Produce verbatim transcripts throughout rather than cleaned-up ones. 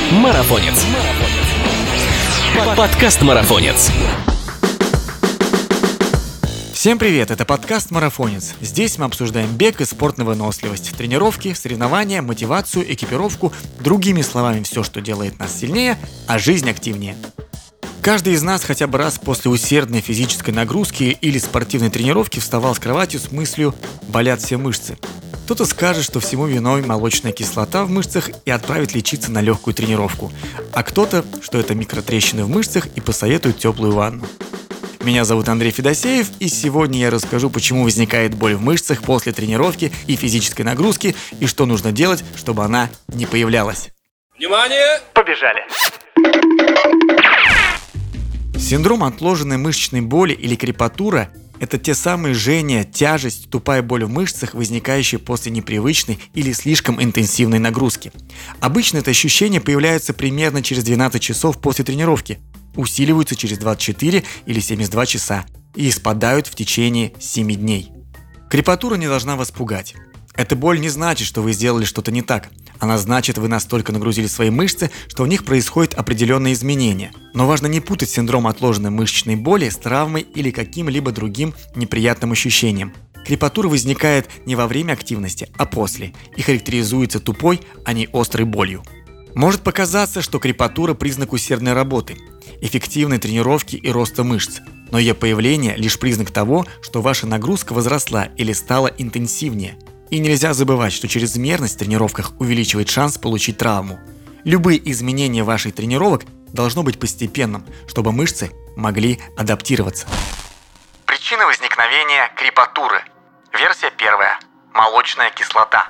Марафонец. Подкаст «Марафонец». Всем привет, это подкаст «Марафонец». Здесь мы обсуждаем бег и спорт на выносливость, тренировки, соревнования, мотивацию, экипировку, другими словами, все, что делает нас сильнее, а жизнь активнее. Каждый из нас хотя бы раз после усердной физической нагрузки или спортивной тренировки вставал с кровати с мыслью «болят все мышцы». Кто-то скажет, что всему виной молочная кислота в мышцах и отправит лечиться на легкую тренировку, а кто-то, что это микротрещины в мышцах и посоветует теплую ванну. Меня зовут Андрей Федосеев, и сегодня я расскажу, почему возникает боль в мышцах после тренировки и физической нагрузки, и что нужно делать, чтобы она не появлялась. Внимание! Побежали! Синдром отложенной мышечной боли или крепатура – это те самые жжения, тяжесть, тупая боль в мышцах, возникающие после непривычной или слишком интенсивной нагрузки. Обычно это ощущение появляется примерно через двенадцать часов после тренировки, усиливаются через двадцать четыре или семьдесят два часа и спадают в течение семи дней. Крепатура не должна вас пугать. Эта боль не значит, что вы сделали что-то не так. Она значит, вы настолько нагрузили свои мышцы, что в них происходят определенные изменения. Но важно не путать синдром отложенной мышечной боли с травмой или каким-либо другим неприятным ощущением. Крепатура возникает не во время активности, а после, и характеризуется тупой, а не острой болью. Может показаться, что крепатура – признак усердной работы, эффективной тренировки и роста мышц, но ее появление – лишь признак того, что ваша нагрузка возросла или стала интенсивнее. И нельзя забывать, что чрезмерность в тренировках увеличивает шанс получить травму. Любые изменения ваших тренировок должно быть постепенным, чтобы мышцы могли адаптироваться. Причина возникновения крепатуры. Версия первая. Молочная кислота.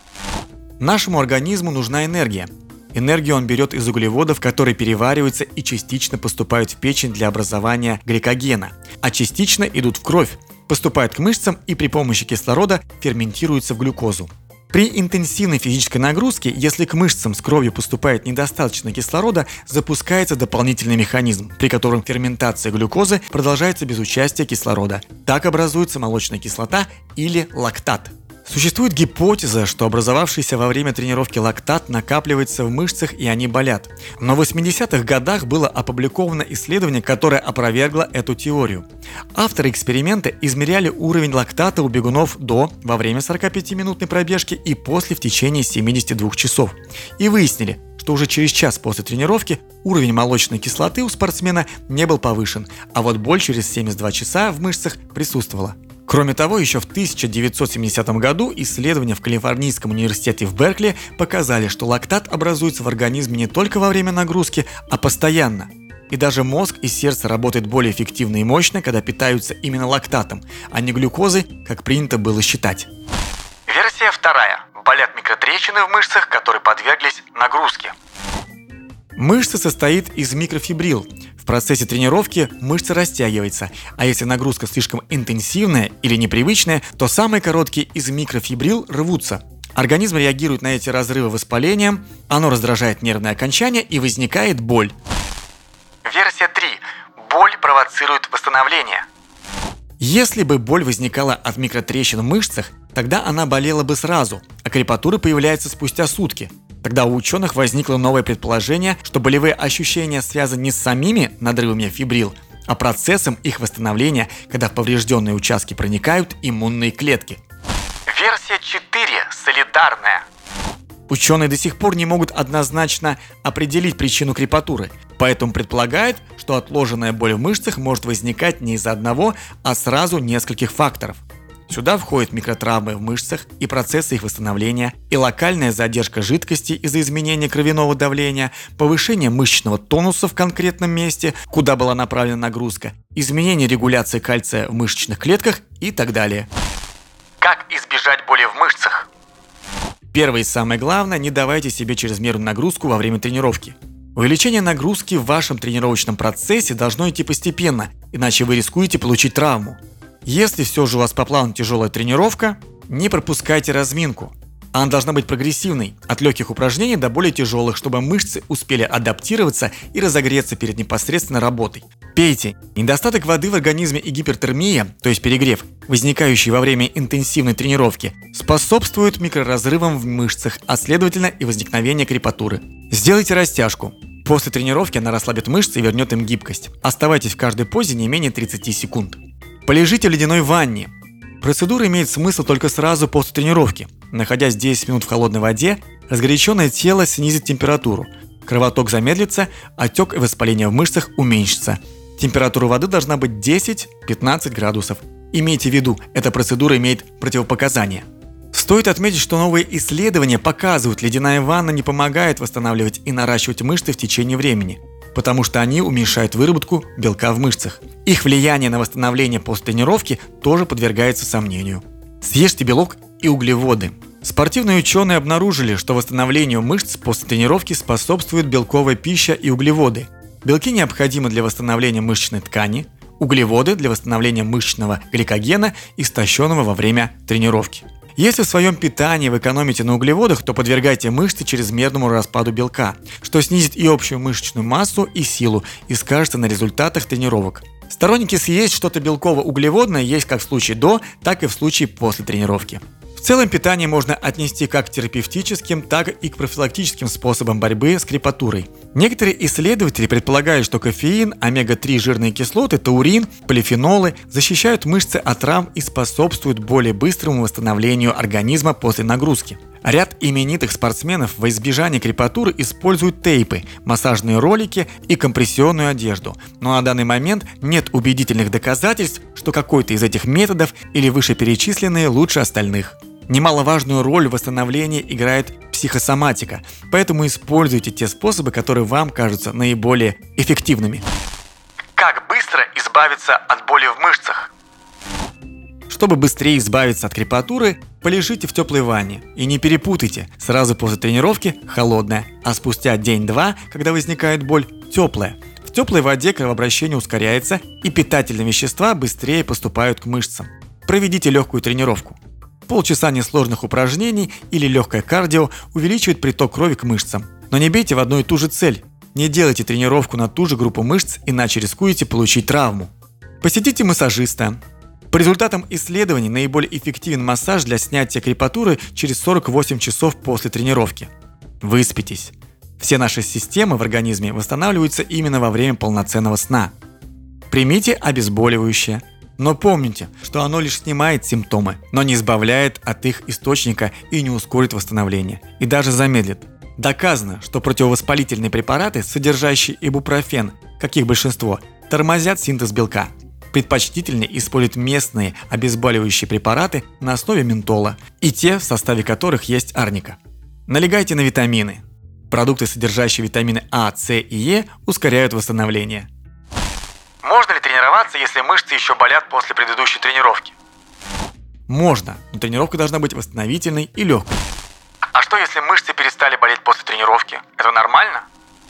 Нашему организму нужна энергия. Энергию он берет из углеводов, которые перевариваются и частично поступают в печень для образования гликогена, а частично идут в кровь, поступают к мышцам и при помощи кислорода ферментируются в глюкозу. При интенсивной физической нагрузке, если к мышцам с кровью поступает недостаточно кислорода, запускается дополнительный механизм, при котором ферментация глюкозы продолжается без участия кислорода. Так образуется молочная кислота или лактат. Существует гипотеза, что образовавшийся во время тренировки лактат накапливается в мышцах и они болят. Но в восьмидесятых годах было опубликовано исследование, которое опровергло эту теорию. Авторы эксперимента измеряли уровень лактата у бегунов до, во время сорокапятиминутной пробежки и после в течение семидесяти двух часов. И выяснили, что уже через час после тренировки уровень молочной кислоты у спортсмена не был повышен, а вот боль через семьдесят два часа в мышцах присутствовала. Кроме того, еще в тысяча девятьсот семидесятом году исследования в Калифорнийском университете в Беркли показали, что лактат образуется в организме не только во время нагрузки, а постоянно. И даже мозг и сердце работают более эффективно и мощно, когда питаются именно лактатом, а не глюкозой, как принято было считать. Версия вторая. Болят микротрещины в мышцах, которые подверглись нагрузке. Мышца состоит из микрофибрил. В процессе тренировки мышца растягивается, а если нагрузка слишком интенсивная или непривычная, то самые короткие из микрофибрил рвутся. Организм реагирует на эти разрывы воспалением, оно раздражает нервные окончания и возникает боль. Версия три. Боль провоцирует восстановление. Если бы боль возникала от микротрещин в мышцах, тогда она болела бы сразу, а крепатура появляется спустя сутки. Тогда у ученых возникло новое предположение, что болевые ощущения связаны не с самими надрывами фибрил, а процессом их восстановления, когда в поврежденные участки проникают иммунные клетки. Версия четыре. Солидарная. Ученые до сих пор не могут однозначно определить причину крепатуры, поэтому предполагают, что отложенная боль в мышцах может возникать не из-за одного, а сразу нескольких факторов. Сюда входят микротравмы в мышцах и процессы их восстановления, и локальная задержка жидкости из-за изменения кровяного давления, повышение мышечного тонуса в конкретном месте, куда была направлена нагрузка, изменение регуляции кальция в мышечных клетках и так далее. Как избежать боли в мышцах? Первое и самое главное – не давайте себе чрезмерную нагрузку во время тренировки. Увеличение нагрузки в вашем тренировочном процессе должно идти постепенно, иначе вы рискуете получить травму. Если все же у вас по плану тяжелая тренировка, не пропускайте разминку. Она должна быть прогрессивной, от легких упражнений до более тяжелых, чтобы мышцы успели адаптироваться и разогреться перед непосредственной работой. Пейте. Недостаток воды в организме и гипертермия, то есть перегрев, возникающий во время интенсивной тренировки, способствуют микроразрывам в мышцах, а следовательно и возникновению крепатуры. Сделайте растяжку. После тренировки она расслабит мышцы и вернет им гибкость. Оставайтесь в каждой позе не менее тридцати секунд. Полежите в ледяной ванне. Процедура имеет смысл только сразу после тренировки. Находясь десять минут в холодной воде, разгоряченное тело снизит температуру. Кровоток замедлится, отек и воспаление в мышцах уменьшится. Температура воды должна быть десять-пятнадцать градусов. Имейте в виду, эта процедура имеет противопоказания. Стоит отметить, что новые исследования показывают, ледяная ванна не помогает восстанавливать и наращивать мышцы в течение времени, потому что они уменьшают выработку белка в мышцах. Их влияние на восстановление после тренировки тоже подвергается сомнению. Съешьте белок и углеводы. Спортивные ученые обнаружили, что восстановлению мышц после тренировки способствуют белковая пища и углеводы. Белки необходимы для восстановления мышечной ткани, углеводы для восстановления мышечного гликогена, истощенного во время тренировки. Если в своем питании вы экономите на углеводах, то подвергайте мышцы чрезмерному распаду белка, что снизит и общую мышечную массу, и силу, и скажется на результатах тренировок. Сторонники съесть что-то белково-углеводное есть как в случае до, так и в случае после тренировки. В целом питание можно отнести как к терапевтическим, так и к профилактическим способам борьбы с крепатурой. Некоторые исследователи предполагают, что кофеин, омега три жирные кислоты, таурин, полифенолы защищают мышцы от травм и способствуют более быстрому восстановлению организма после нагрузки. Ряд именитых спортсменов во избежание крепатуры используют тейпы, массажные ролики и компрессионную одежду. Но на данный момент нет убедительных доказательств, что какой-то из этих методов или вышеперечисленные лучше остальных. Немаловажную роль в восстановлении играет психосоматика, поэтому используйте те способы, которые вам кажутся наиболее эффективными. Как быстро избавиться от боли в мышцах? Чтобы быстрее избавиться от крепатуры, полежите в теплой ванне. И не перепутайте, сразу после тренировки холодная, а спустя день-два, когда возникает боль, теплая. В теплой воде кровообращение ускоряется, и питательные вещества быстрее поступают к мышцам. Проведите легкую тренировку. Полчаса несложных упражнений или легкое кардио увеличивает приток крови к мышцам. Но не бейте в одну и ту же цель. Не делайте тренировку на ту же группу мышц, иначе рискуете получить травму. Посетите массажиста. По результатам исследований наиболее эффективен массаж для снятия крепатуры через сорок восемь часов после тренировки. Выспитесь. Все наши системы в организме восстанавливаются именно во время полноценного сна. Примите обезболивающее. Но помните, что оно лишь снимает симптомы, но не избавляет от их источника и не ускорит восстановление, и даже замедлит. Доказано, что противовоспалительные препараты, содержащие ибупрофен, каких большинство, тормозят синтез белка. Предпочтительнее использовать местные обезболивающие препараты на основе ментола, и те, в составе которых есть арника. Налегайте на витамины. Продукты, содержащие витамины А, С и Е, ускоряют восстановление. Можно ли тренироваться, если мышцы еще болят после предыдущей тренировки? Можно, но тренировка должна быть восстановительной и легкой. А что, если мышцы перестали болеть после тренировки? Это нормально?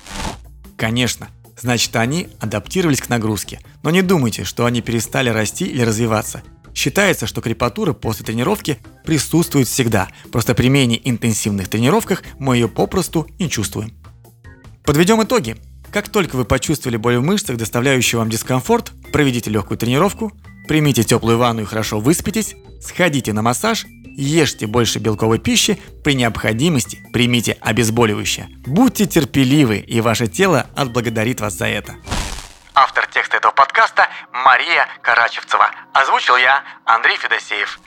Конечно. Значит, они адаптировались к нагрузке. Но не думайте, что они перестали расти или развиваться. Считается, что крепатура после тренировки присутствует всегда. Просто при менее интенсивных тренировках мы ее попросту не чувствуем. Подведем итоги. Как только вы почувствовали боль в мышцах, доставляющую вам дискомфорт, проведите легкую тренировку, примите теплую ванну и хорошо выспитесь, сходите на массаж, ешьте больше белковой пищи, при необходимости примите обезболивающее. Будьте терпеливы, и ваше тело отблагодарит вас за это. Автор текста этого подкаста Мария Карачевцева. Озвучил я, Андрей Федосеев.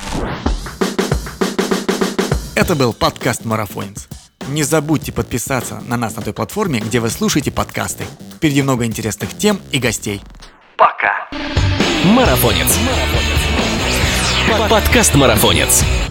Это был подкаст «Марафонец». Не забудьте подписаться на нас на той платформе, где вы слушаете подкасты. Впереди много интересных тем и гостей. Пока! Марафонец. Подкаст «Марафонец».